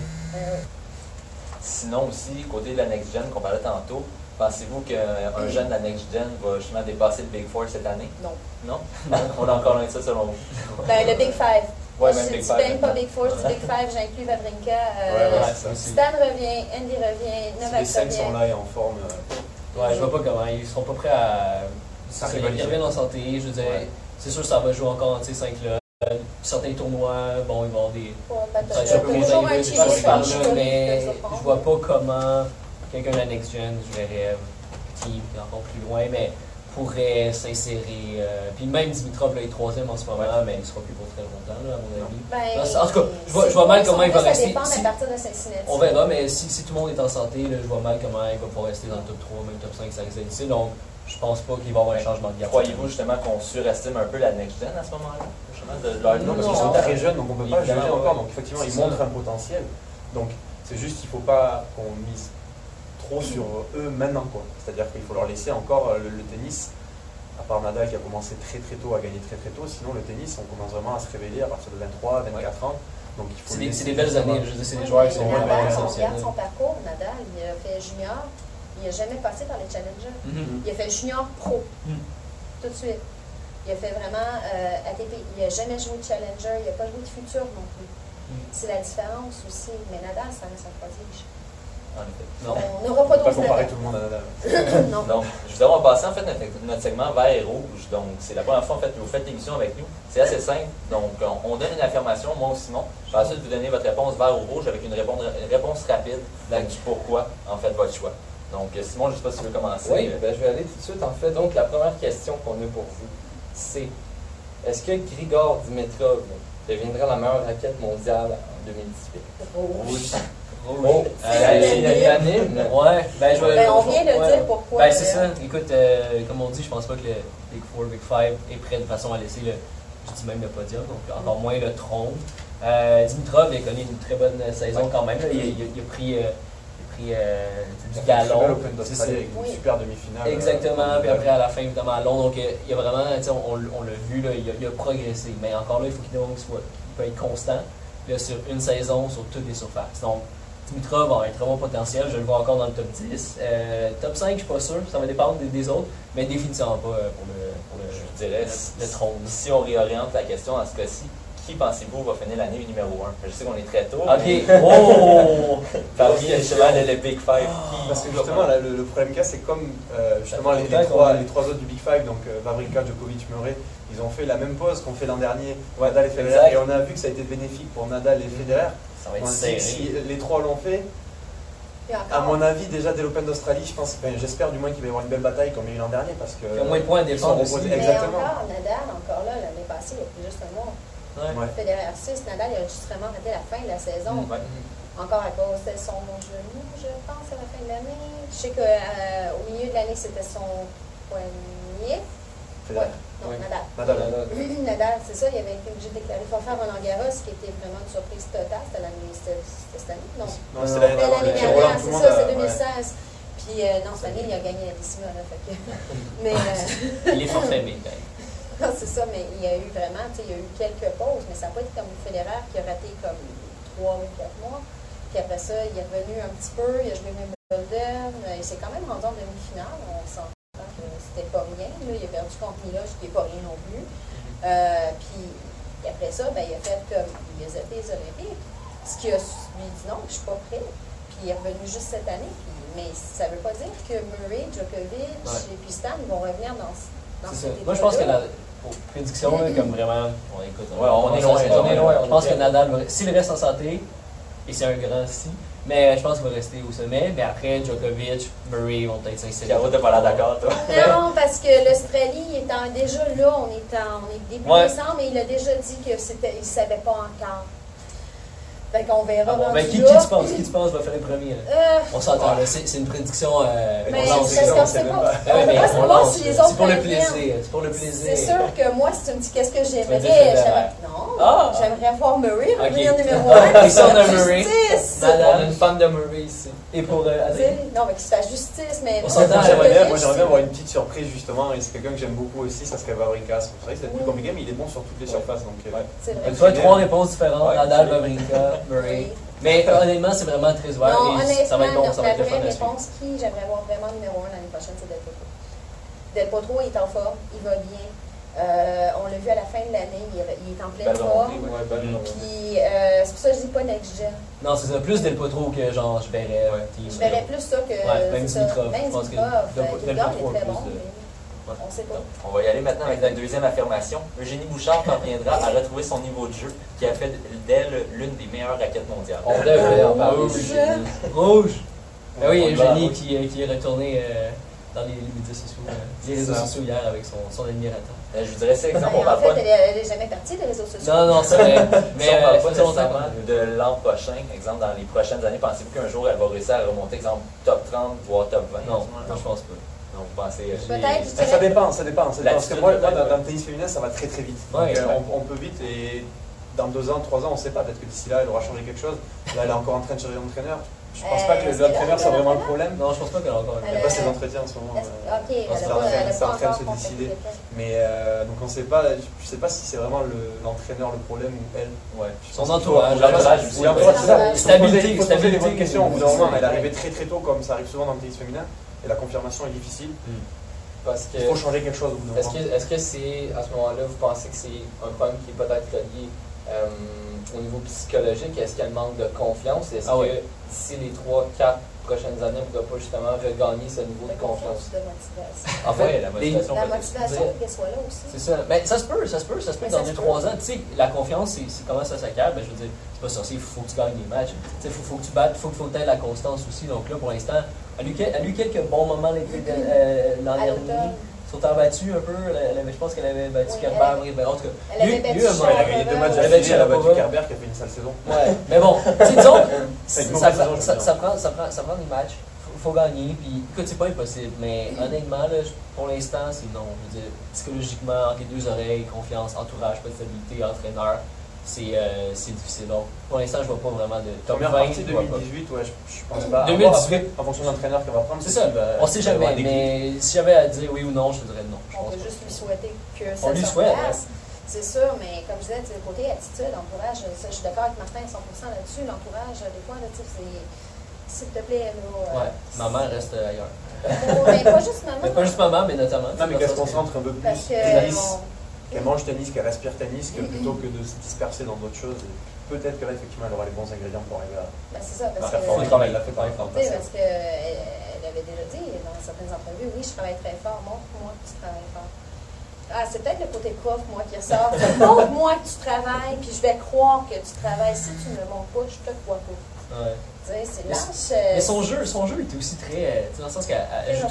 Sinon aussi, côté de la Next Gen qu'on parlait tantôt, pensez-vous qu'un jeune de la Next Gen va justement dépasser le Big Four cette année? Non. Non? On a encore loin de ça selon vous? Le Big Five. Ouais, je même dis Big Five. même pas Big Four, je dis Big Five, j'inclus Wawrinka. Stan revient, Andy revient, Novak revient. Les 5 sont là et en forme. Ouais, je vois pas comment. Ils seront pas prêts à. Ils reviennent en santé, je veux dire. C'est sûr que ça va jouer encore entre ces 5-là. Certains tournois, bon, ils vont avoir des. Toujours un chili, mais je vois pas comment quelqu'un de la Next Gen, je verrais petit, encore plus loin, mais pourrait s'insérer. Puis même Dimitrov, là, il est 3e en ce moment, mais il ne sera plus pour très longtemps, là, à mon avis. En tout cas, je vois mal comment il va rester. Ça dépend à partir de Cincinnati. On verra, mais si tout le monde est en santé, là, je vois mal comment il va pouvoir rester dans le top 3, même top 5, ça risque d'être. Donc, je pense pas qu'il va y avoir un changement de garde. Croyez-vous justement qu'on surestime un peu la Next Gen à ce moment-là? Non, parce qu'ils sont très jeunes, donc on ne peut pas juger encore. Donc effectivement, ils montrent un potentiel. Donc c'est juste qu'il ne faut pas qu'on mise trop sur eux maintenant, quoi. C'est-à-dire qu'il faut leur laisser encore le tennis, à part Nadal qui a commencé très très tôt à gagner très très tôt. Sinon, le tennis, on commence vraiment à se révéler à partir de 23, 24 ans. Donc il faut c'est des belles années. Je veux dire, c'est des joueurs qui sont Nadal, vraiment on regarde exceptionnels. son parcours. Nadal, il a fait junior. Il n'a jamais passé par les challengers. Il a fait junior pro. Tout de suite. Il a fait vraiment ATP. Il n'a jamais joué de challenger. Il n'a pas joué de futur non plus. C'est la différence aussi. Mais Nadal, ça reste un prodige. en effet. Non. On n'aura pas On peut pas trop comparer tout le monde à Nadal. Non. Donc, je voudrais passer en fait notre segment vert et rouge. Donc, c'est la première fois en fait que vous faites l'émission avec nous. C'est assez simple. Donc, on donne une affirmation, moi ou Simon. Puis ensuite, vous donnez votre réponse vert ou rouge avec une réponse rapide. Donc, pourquoi en fait votre choix. Donc, Simon, je ne sais pas si tu veux commencer. Oui, ben, je vais aller tout de suite. En fait, donc, la première question qu'on a pour vous, c'est est-ce que Grigor Dimitrov deviendra la meilleure raquette mondiale en 2018? Rouge. Oh, c'est unanime. Ouais, ben je vais. Ben, on vient de ouais. dire pourquoi. Ben c'est ça. Écoute, comme on dit, je pense pas que le Big Four, Big Five est prêt de façon à laisser je dis même le podium, donc encore moins le trône. Dimitrov il a connu une très bonne saison quand même. Là. Il a pris du galon. L'Open d'Australie avec une super demi-finale. Exactement, puis après à la fin évidemment à Londres. Donc il y a vraiment, on l'a vu, là, il a progressé. Mais encore là, il faut qu'il démontre qu'il peut être constant là, sur une saison, sur toutes les surfaces. Donc Dimitrov a un très bon potentiel, je le vois encore dans le top 10. Top 5, je suis pas sûr, ça va dépendre des autres, mais définitivement pas pour Je dirais, le trône. si on réoriente la question dans ce cas-ci, qui pensez-vous va finir l'année numéro 1? Je sais qu'on est très tôt. Ok, oh! Parmi justement le Big Five. Parce que justement, là, le problème cas, c'est comme justement les trois autres du Big Five, donc Wawrinka, Djokovic, Murray, ils ont fait la même pause qu'on fait l'an dernier, Nadal et Federer, Exact. et on a vu que ça a été bénéfique pour Nadal et Federer. Ça va On être se dit que serré. si les trois l'ont fait, Et à encore, mon avis, déjà dès l'Open d'Australie, je pense, j'espère du moins qu'il va y avoir une belle bataille comme il y a eu l'an dernier, parce que Il y a moins de points à ils sont défendre aussi. reposés. mais Exactement. encore, Nadal, encore là, l'année passée, il a pris juste un mois. Ouais. Federer 6, Nadal, il a juste vraiment raté la fin de la saison. Ouais. Encore à cause de son genou, je pense, à la fin de l'année. Je sais qu'au milieu de l'année, c'était son poignet. Federer. Non, Oui. Nadal. Nadal. Nadal, c'est ça, il avait été obligé de déclarer pour faire Roland Garros, qui était vraiment une surprise totale. C'était cette année? Non. Non, c'était l'année C'était d'avant. l'année Chez Roland, dernière, tout le c'est monde ça, a- c'est ouais. 2016. Puis non, cette année, il a gagné la décima, là, fait que... Mais Il est forfait, mais non, c'est ça, mais il y a eu vraiment, tu sais, il y a eu quelques pauses, mais ça n'a pas été comme Federer qui a raté comme 3 ou 4 mois. Puis après ça, il est revenu un petit peu, il a joué Wimbledon, il s'est quand même rendu en demi-finale, on s'entend que c'était pas rien, là, il a perdu contre Miloš, qui n'est pas rien non plus. Puis après ça, ben, il a fait comme les Olympiques, ce qui a lui dit non, je suis pas prêt. Puis il est revenu juste cette année, mais ça veut pas dire que Murray, Djokovic et puis Stan vont revenir dans c'est ça. cet Moi, je pense que état-là. pour prédiction, là, comme vraiment, écoute, Ouais, on est loin, on est loin. Je pense que Nadal, s'il reste en santé, et c'est un grand si, mais je pense qu'il va rester au sommet. Mais après, Djokovic, Murray vont peut-être s'insérer. Caro, t'as pas l'air d'accord, toi? Non, parce que l'Australie il est déjà là, on est début décembre, et il a déjà dit qu'il ne savait pas encore. Fait qu'on verra. Ben, rendu qui là. tu penses va faire le premier? Là? On s'entend, là, c'est une prédiction. Mais on lance. c'est parce qu'on sait sait même pas. pas. On Ouais, ne mais peut pas on savoir lance, si les là. autres C'est pour le reviennent. plaisir. C'est pour le plaisir. C'est sûr que moi, si tu me dis qu'est-ce que vas dire j'aimerais, Federer. non, j'aimerais voir Murray revenir Ok. numéro 1. Et si on a Murray, Justice! On a Nadal, une fan de Murray ici. et pour Tu Adrien. sais, non, mais qu'il se fasse justice, mais... On s'entend, Moi, Djokovic, j'aimerais bien avoir une petite surprise justement, et c'est quelqu'un que j'aime beaucoup aussi, ça serait Wawrinka. C'est vrai que c'est plus compliqué, mais il est bon sur toutes les surfaces. Donc, c'est vrai. Tu vois, 3 réponses différentes. Ouais, Nadal, c'est- Wawrinka, Murray. Mais honnêtement, c'est vraiment très ouvert. Non, et ça va être bon, honnêtement, ça va être le la fun vraie à suivre. réponse qui j'aimerais voir vraiment numéro 1 l'année prochaine, c'est Del Potro. Del Potro est en forme, il va bien. On l'a vu à la fin de l'année, il est en pleine Belle forme. remontée, Ouais, ben, Puis c'est pour ça que je dis pas next-gen. Non, c'est ça. Plus Del Potro que genre, je verrais. Je verrais plus ça que. Ouais, même c'est ça. Dimitrov. Même Je pense que Dimitrov. Del Gilgard Potro est a très plus bon, de- mais Ouais. on sait pas. On va y aller maintenant avec la deuxième affirmation. Eugénie Bouchard parviendra à retrouver son niveau de jeu qui a fait d'elle l'une des meilleures raquettes mondiales. On devrait en parler. Rouge. Rouge! Ben oui, On y va, Eugénie oui. qui est retourné dans les médias sociaux, les réseaux sociaux hier avec son admirateur. Je vous dirais ça, exemple, on En parle fait, pas elle n'est jamais partie des réseaux sociaux. Non, c'est vrai. mais Mais on parle pas ça fait longtemps nécessairement de l'an prochain, exemple dans les prochaines années. Pensez-vous qu'un jour elle va réussir à remonter, exemple, top 30, voire top 20? Non, je pense pas. Donc vous pensez. Peut-être, je Ça dirais. dépend. Parce que L'attitude, moi, peut-être, dans le tennis féminin, ça va très très vite. Ouais, Donc, ouais. on peut vite, et dans 2 ans, 3 ans, on ne sait pas. Peut-être que d'ici là, elle aura changé quelque chose. Là, elle est encore en train de changer d'entraîneur. Je ne pense pas que c'est l'entraîneur là, soit vraiment le l'entraîneur? problème. Non, je pense pas qu'elle a encore un Elle passe ses entretiens en ce moment. Ok, elle c'est n'a en train- pas c'est en train de se encore décider. contacté. Mais donc on sait pas, je sais pas si c'est vraiment l'entraîneur le problème ou elle. Ouais. Son entourage. L'entourage, Oui, l'entourage, c'est ça. Stabilité, Il faut se poser les bonnes stabilité. questions. Au bout d'un moment, elle est arrivée très très tôt, comme ça arrive souvent dans le tennis féminin, et la confirmation est difficile. Parce que. Il faut changer quelque chose au bout d'un moment. Est-ce que c'est, à ce moment-là, vous pensez que c'est un problème qui est peut-être relié au niveau psychologique? Est-ce qu'elle manque de confiance? Est-ce Ah oui. que d'ici les 3-4 prochaines années, on ne pourra pas justement regagner ce niveau de confiance. De motivation. En fait, Ouais, la motivation. La peut-être. motivation, qu'elle soit là aussi. C'est ça. Ben, ça se peut Mais dans ça se 2-3 ans. Tu sais, la confiance, c'est comment ça s'acquiert. Ben, je veux dire, c'est pas sorcier, il faut que tu gagnes des matchs. Tu sais, faut que tu battes, faut que tu aies la constance aussi. Donc là, pour l'instant, elle a eu quelques bons moments l'an À dernier. l'automne. Sont battu un peu. Je pense qu'elle avait battu Oui, Kerber. Ben, en tout cas, Elle avait il y a eu battu un moment. Elle a gagné 2 matchs Elle avait d'affilée, elle a battu Sharapova. Kerber qui a fait une sale saison. Ouais, mais bon, tu sais, disons, C'est une mauvaise saison, je veux dire. ça prend des matchs. Faut gagner, puis écoute, c'est pas impossible, mais honnêtement, là, pour l'instant, c'est non. Je veux dire, psychologiquement, entre les deux oreilles, confiance, entourage, pas de stabilité, entraîneur, c'est difficile. Donc, pour l'instant, je vois pas vraiment de top 20. Première partie je vois pas. 2018, ouais, je pense pas. 2018. Voir après, en fonction de l'entraîneur qu'elle va prendre, C'est ça, on sait il va y avoir jamais, des clics. mais si j'avais à dire oui ou non, je te dirais non. Je On pense peut pas. juste lui souhaiter que On ça lui se souhaite, repasse. C'est sûr, mais comme je disais, tu sais, le côté attitude, entourage, ça, je suis d'accord avec Martin à 100% là-dessus. L'entourage, des fois, là, tu sais, c'est s'il te plaît, là. Ouais, maman reste ailleurs. Mais pas juste maman. Mais pas juste maman, mais notamment. Non, mais qu'elle se concentre un peu plus Parce que tennis, on- qu'elle mange tennis, qu'elle respire tennis, que plutôt que de se disperser dans d'autres choses. Et peut-être que là, effectivement, elle aura les bons ingrédients pour arriver à ben, c'est ça, parce faire que. fort. Elle l'a fait par Tu sais, exemple. parce qu'elle avait déjà dit dans certaines entrevues, oui, je travaille très fort, montre-moi que tu travailles fort. Ah, c'est peut-être le côté prof, moi, qui ressort. Montre-moi que tu travailles, puis je vais croire que tu travailles. Si tu ne me le montres pas, je te crois pas. Ouais. Tu sais, c'est Mais lâche. Mais son jeu était aussi très. Tu sais, dans le sens qu'elle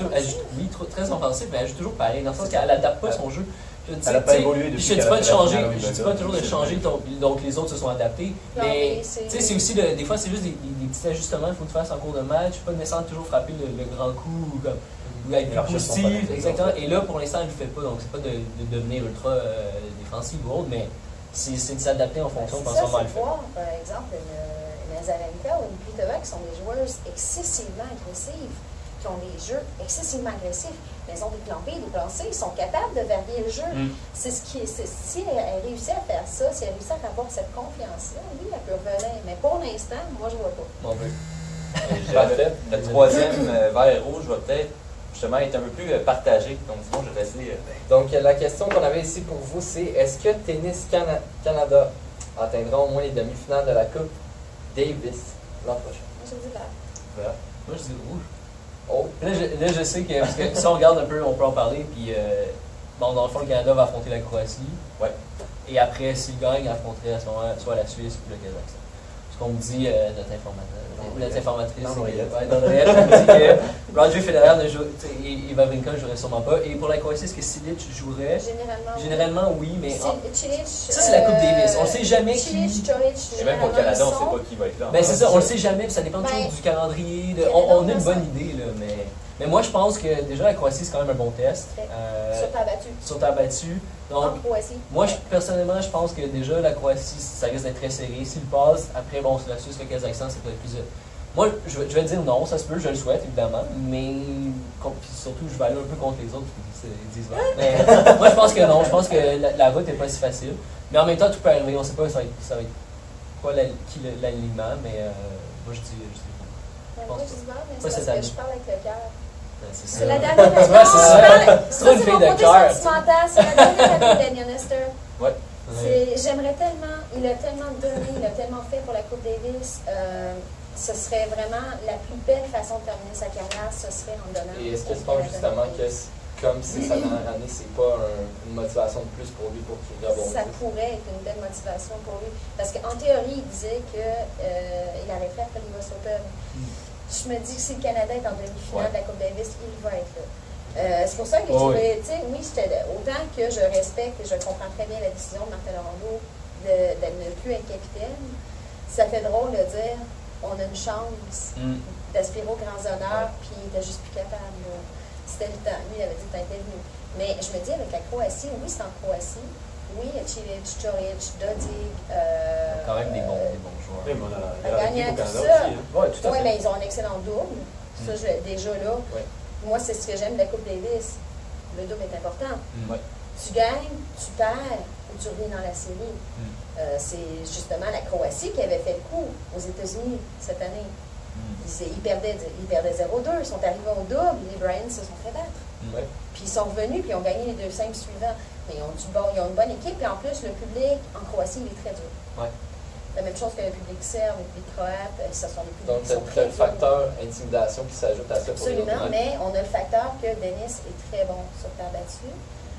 très offensif, mais elle joue toujours pareil. Dans le sens qu'elle n'adapte pas son jeu. Elle n'a pas évolué depuis Je te dis qu'elle pas a de fait la changer, finale à je dis Wimbledon. pas toujours de changer, donc les autres se sont adaptés. Non, Mais mais c'est- tu sais, c'est aussi des fois c'est juste des petits ajustements qu'il faut que tu fasses en cours de match, pas nécessairement toujours frapper le grand coup ou comme ou être plus Lâcher son positif, panneau. exactement. Et là pour l'instant elle le fait pas, donc c'est pas de devenir ultra défensif ou autre, mais c'est de s'adapter en fonction de C'est ce ça, moment elle c'est fait. voir, par exemple, une Azarenka ou une Kvitova qui sont des joueuses excessivement agressives, qui ont des jeux excessivement agressifs, mais elles ont des plans B, des plans C, ils sont capables de varier le jeu. C'est ce qui si elle réussit à faire ça, si elle réussit à avoir cette confiance-là, oui, elle peut revenir. Mais pour l'instant, moi, je vois pas. Mon Dieu. Parfait. Le troisième vert rouge va peut-être justement être un peu plus partagé. Donc sinon, je vais laisser. Donc, la question qu'on avait ici pour vous, c'est est-ce que Tennis Canada atteindra au moins les demi-finales de la Coupe Davis l'an prochain? Moi, je dis là. Moi je dis rouge. Oh, Là, je sais que, parce que si on regarde un peu, on peut en parler, puis bon, dans le fond, le Canada va affronter la Croatie. Ouais. Et après, s'il gagne, il affronterait à ce moment soit la Suisse ou le Kazakhstan. Ce qu'on me dit, notre informatrice, Dans l'oreillette. dans l'oreillette, elle me dit que Roger Federer ne joue, et Wawrinka ne jouerait sûrement pas. Et pour la Croatie, est-ce que Silic jouerait? Généralement, oui, mais Cilic, ça, c'est la Coupe Davis. On ne sait jamais qui. Cilic, Choric, Et même pour le Canada, on ne sait pas qui va être là. Ben c'est ça, on le sait jamais, puis ça dépend Ben, toujours du calendrier. Canada, On a une ça. bonne idée, là, mais moi je pense que déjà la Croatie c'est quand même un bon test. Sur ta battue. Sur terre battue. En Donc, Croatie. moi personnellement, je pense que déjà la Croatie, ça risque d'être très serré. S'il passe, après, bon, c'est la Suisse, le Kazakhstan, c'est peut-être plus. Moi, je vais dire non, ça se peut, je le souhaite évidemment, mais puis surtout, je vais aller un peu contre les autres qui disent non. Mais moi, je pense que non, je pense que la route n'est pas si facile. Mais en même temps, tout peut arriver, on ne sait pas ça va être quoi l'alignement, mais moi je dis Moi, je dis non, mais Pas c'est cette parce que année. je parle avec le cœur. c'est C'est ça. la dernière Tu année. vois, c'est ça. C'est trop une C'est fille mon de côté cœur. sentimental. C'est la dernière année d'Anion Esther. Ouais. J'aimerais tellement, il a tellement donné, il a tellement fait pour la Coupe Davis. Ce serait vraiment la plus belle façon de terminer sa carrière, ce serait en donnant. et est-ce que tu au penses Canada. justement que comme c'est sa dernière année, c'est pas une motivation de plus pour lui pour qu'il rebondisse? Ça pourrait être une belle motivation pour lui. Parce qu'en théorie, il disait qu'il arrêterait après l'US Open. Je me dis que si le Canada est en demi-finale de la Coupe Davis, il va être là. C'est pour ça que Oh, tu sais, oui, autant que je respecte et je comprends très bien la décision de Martin Laurando de ne plus être capitaine, ça fait drôle de dire on a une chance d'aspirer aux grands honneurs, puis il était juste plus capable. Là. C'était le temps. Lui, il avait dit que t'étais venu. Mais je me dis, avec la Croatie, oui, c'est en Croatie. Oui, Cilic, Choric, Dodig. Quand même des bons joueurs. Oui, mais on a a la gagné équipe au tout Canada ça. aussi. Hein. Ouais, tout à Oui, fait. mais ils ont un excellent double. Ça, déjà là, moi, c'est ce que j'aime de la Coupe Davis. Le double est important. Ouais. Tu gagnes, tu perds, ou tu reviens dans la série. C'est justement la Croatie qui avait fait le coup aux États-Unis cette année. Ils perdaient 0-2, ils sont arrivés au double, les Bryans se sont fait battre. Ouais. Puis ils sont revenus, puis ils ont gagné les 2 simples suivants. Mais ils ont une bonne équipe, et en plus, le public en Croatie, il est très dur. Ouais. La même chose que le public serbe, le public croate, ce sont des Donc, publics qui tu sont as très le facteur intimidation qui s'ajoute à ça pour les Absolument, autres. mais on a le facteur que Denis est très bon sur terre battue.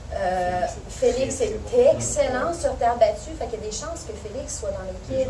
Félix très, est très bon. excellent sur terre battue, fait qu'il y a des chances que Félix soit dans l'équipe.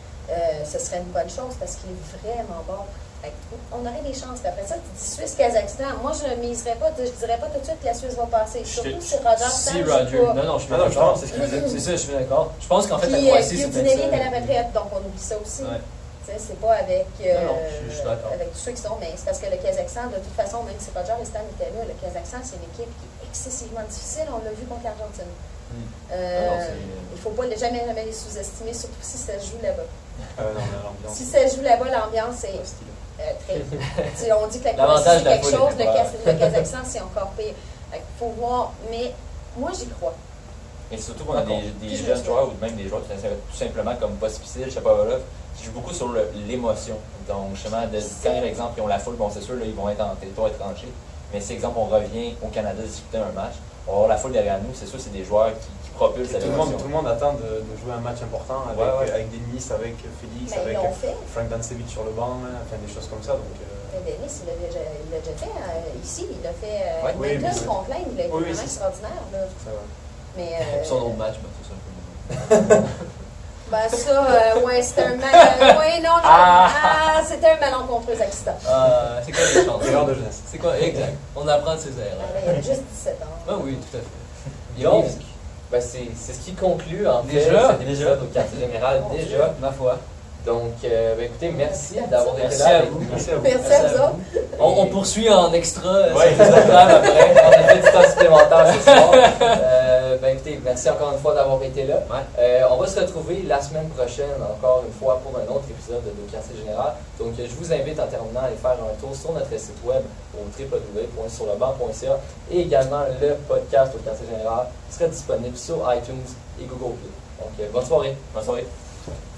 Ce serait une bonne chose parce qu'il est vraiment bon. Fait que on aurait des chances. Puis après ça, tu dis Suisse-Kazakhstan. Moi, je ne miserais pas, je dirais pas tout de suite que la Suisse va passer. Surtout si Roger Si Stan Roger. joue pas. Non, je suis Ah non, d'accord. c'est ce qu'il disait. C'est ça, je suis d'accord. Je pense qu'en fait, la Puis Croatie, c'est Giudinelli peut-être est à la retraite, donc on oublie ça aussi. Ouais. Tu sais, c'est pas avec, Non, je suis d'accord. avec tous ceux qui sont, mais c'est parce que le Kazakhstan, de toute façon, même si Roger et Stan étaient là, le Kazakhstan, c'est une équipe qui est excessivement difficile. On l'a vu contre l'Argentine. Non, Il ne faut pas jamais les sous-estimer, surtout si ça se joue là-bas. Non, l'ambiance. Si ça se joue là-bas, l'ambiance est très. On dit que la Croatie, L'avantage c'est de la quelque foule chose, était pas- le Kazakhstan, c'est encore pire. Il faut voir, mais moi, j'y crois. Et surtout qu'on a des Puis je jeunes le joueurs ou même des joueurs tout simplement comme Pospisil, Chapovalov, qui jouent beaucoup sur l'émotion. Donc, justement, quand par exemple ils ont la foule, bon, c'est sûr, là, ils vont être en territoire étranger. Mais si, exemple, on revient au Canada disputer un match, on va avoir la foule derrière nous, c'est sûr, c'est des joueurs qui propulsent Et à tout l'émotion. le monde attend de jouer un match important avec, Ouais, ouais. avec Denis, avec Félix, Mais avec ils l'ont fait. Frank Dancevic sur le banc, enfin des choses comme ça. Donc, Mais Denis, il l'a déjà fait ici. Il l'a fait. Ouais, oui, même là, mais ce qu'on plaint, il a été oui, vraiment c'est ça. extraordinaire. Là. ça va. Mais, Son autre match, c'est ça un peu. ben ça, ouais, c'était un mal. Ouais, non, c'était un malencontreux accident. C'est quoi les chances? Erreur de jeunesse. C'est quoi? Exact. On apprend de ses erreurs. Il avait juste 17 ans. Ah oui, tout à fait. Il Donc, est ben c'est ce qui conclut en fait Déjà? cet épisode au quartier général Mon déjà. ma foi. Donc, ben, écoutez, merci d'avoir été Merci là à avec vous. nous. Merci à vous. Merci à vous autres. On poursuit en extra. Ouais, sur Instagram après. On a fait du temps supplémentaire ce soir. Ben écoutez, merci encore une fois d'avoir été là. Ouais. On va se retrouver la semaine prochaine, encore une fois, pour un autre épisode de Quartier Général. Donc, je vous invite en terminant à aller faire un tour sur notre site web au www.surlebanc.ca et également le podcast au Quartier Général sera disponible sur iTunes et Google Play. Donc, bonne soirée. Bonne soirée.